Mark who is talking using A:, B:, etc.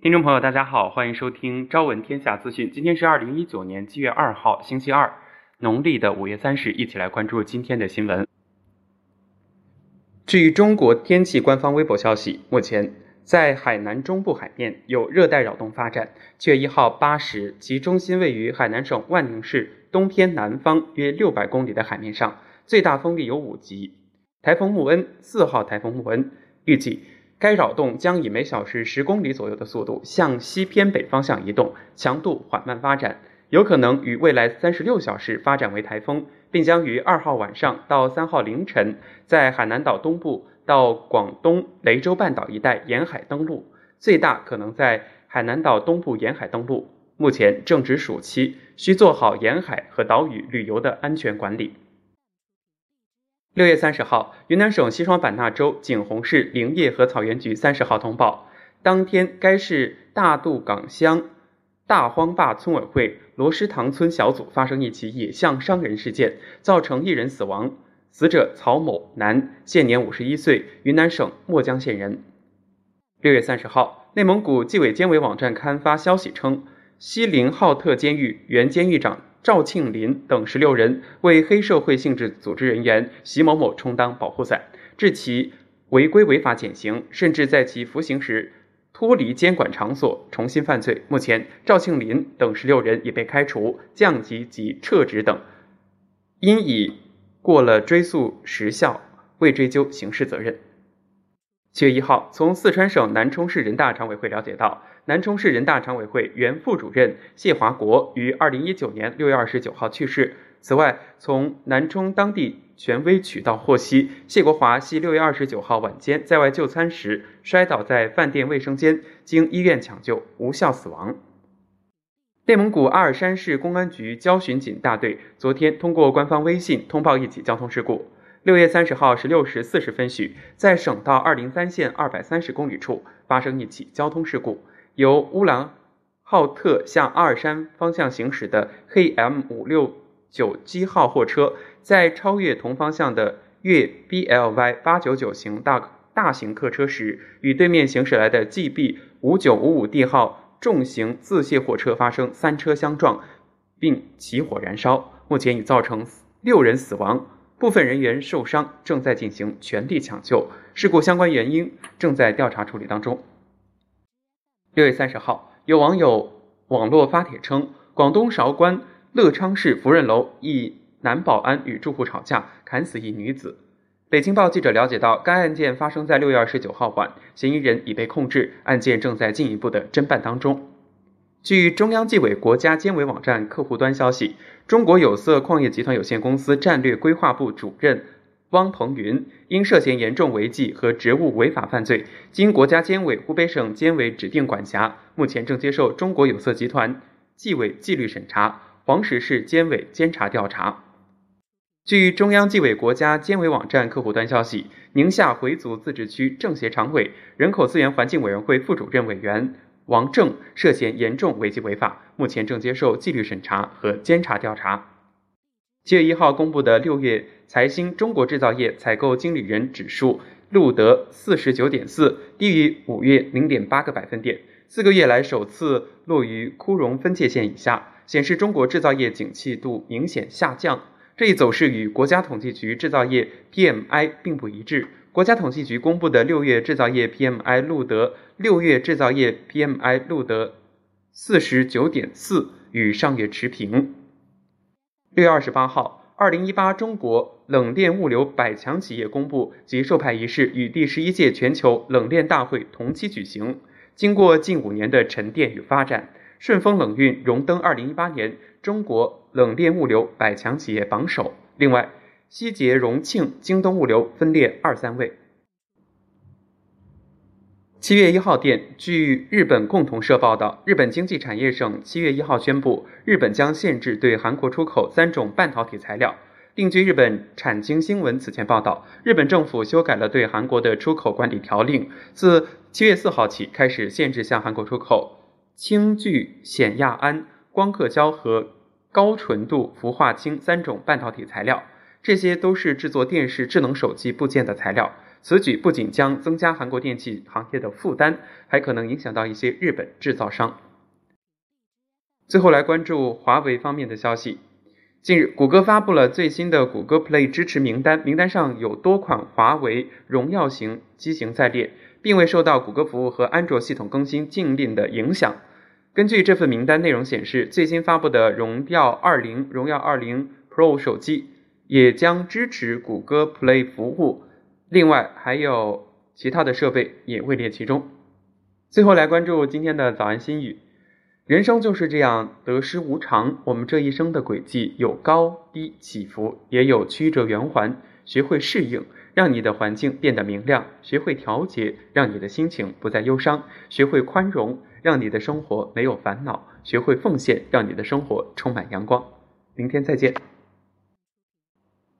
A: 听众朋友大家好，欢迎收听朝闻天下资讯。今天是2019年7月2号星期二，农历的5月30，一起来关注今天的新闻。据中国天气官方微博消息，目前在海南中部海面有热带扰动发展。7月1号8时，其中心位于海南省万宁市东偏南方约600公里的海面上，最大风力有5级。台风穆恩，4号台风穆恩，预计该扰动将以每小时10公里左右的速度向西偏北方向移动，强度缓慢发展，有可能于未来36小时发展为台风，并将于2号晚上到3号凌晨在海南岛东部到广东雷州半岛一带沿海登陆，最大可能在海南岛东部沿海登陆。目前正值暑期，需做好沿海和岛屿旅游的安全管理。6月30号，云南省西双版纳州景洪市林业和草原局30号通报，当天该市大渡岗乡大荒坝村委会罗师塘村小组发生一起野象伤人事件，造成1人死亡，死者曹某，男，现年51岁，云南省墨江县人。6月30号，内蒙古纪委监委网站刊发消息称，锡林浩特监狱原监狱长赵庆林等16人为黑社会性质组织人员习某某充当保护伞，致其违规违法减刑，甚至在其服刑时脱离监管场所重新犯罪。目前赵庆林等16人已被开除、降级及撤职等，因已过了追诉时效，未追究刑事责任。7月1号，从四川省南充市人大常委会了解到，南充市人大常委会原副主任谢华国于2019年6月29号去世。此外，从南充当地权威渠道获悉，谢国华系6月29号晚间在外就餐时摔倒在饭店卫生间，经医院抢救无效死亡。内蒙古阿尔山市公安局交巡警大队昨天通过官方微信通报一起交通事故。6月30号16时40分许，在省道203线230公里处发生一起交通事故，由乌兰浩特向阿尔山方向行驶的黑 M569 号货车，在超越同方向的粤 BLY 899型大型客车时，与对面行驶来的 GB 5955D 号重型自卸货车发生3车相撞，并起火燃烧，目前已造成6人死亡，部分人员受伤，正在进行全力抢救，事故相关原因正在调查处理当中。6月30号，有网友网络发帖称，广东韶关乐昌市福润楼一男保安与住户吵架，砍死一女子。北京报记者了解到，该案件发生在6月29号晚，嫌疑人已被控制，案件正在进一步的侦办当中。据中央纪委国家监委网站客户端消息，中国有色矿业集团有限公司战略规划部主任汪鹏云因涉嫌严重违纪和职务违法犯罪，经国家监委湖北省监委指定管辖，目前正接受中国有色集团纪委纪律审查，黄石市监委监察调查。据中央纪委国家监委网站客户端消息，宁夏回族自治区政协常委、人口资源环境委员会副主任委员王正涉嫌严重违纪违法，目前正接受纪律审查和监察调查。7月1号公布的6月财新中国制造业采购经理人指数录得 49.4， 低于5月 0.8 个百分点，4个月来首次落于枯荣分界线以下，显示中国制造业景气度明显下降。这一走势与国家统计局制造业 PMI 并不一致。国家统计局公布的6月制造业 PMI 录得6月制造业 PMI 录得 49.4， 与上月持平。6月28号，2018中国冷链物流100强企业公布及授牌仪式与第11届全球冷链大会同期举行。经过近5年的沉淀与发展，顺丰冷运荣登2018年中国冷链物流100强企业榜首。另外，希捷、荣庆、京东物流分列2、3位。7月1号电，据日本共同社报道，日本经济产业省7月1号宣布，日本将限制对韩国出口3种半导体材料。另据日本产经新闻此前报道，日本政府修改了对韩国的出口管理条令，自7月4号起开始限制向韩国出口氢聚酰亚胺、光刻胶和高纯度氟化氢3种半导体材料，这些都是制作电视、智能手机部件的材料。 此举不仅将增加韩国电器行业的负担，还可能影响到一些日本制造商。最后来关注华为方面的消息。近日，谷歌发布了最新的谷歌 Play 支持名单，名单上有多款华为荣耀型机型在列，并未受到谷歌服务和安卓系统更新禁令的影响。根据这份名单内容显示，最新发布的荣耀20、荣耀20 Pro 手机也将支持谷歌 Play 服务，另外还有其他的设备也位列其中。最后来关注今天的早安心语。人生就是这样得失无常，我们这一生的轨迹有高低起伏，也有曲折圆环。学会适应，让你的环境变得明亮；学会调节，让你的心情不再忧伤；学会宽容，让你的生活没有烦恼；学会奉献，让你的生活充满阳光。明天再见。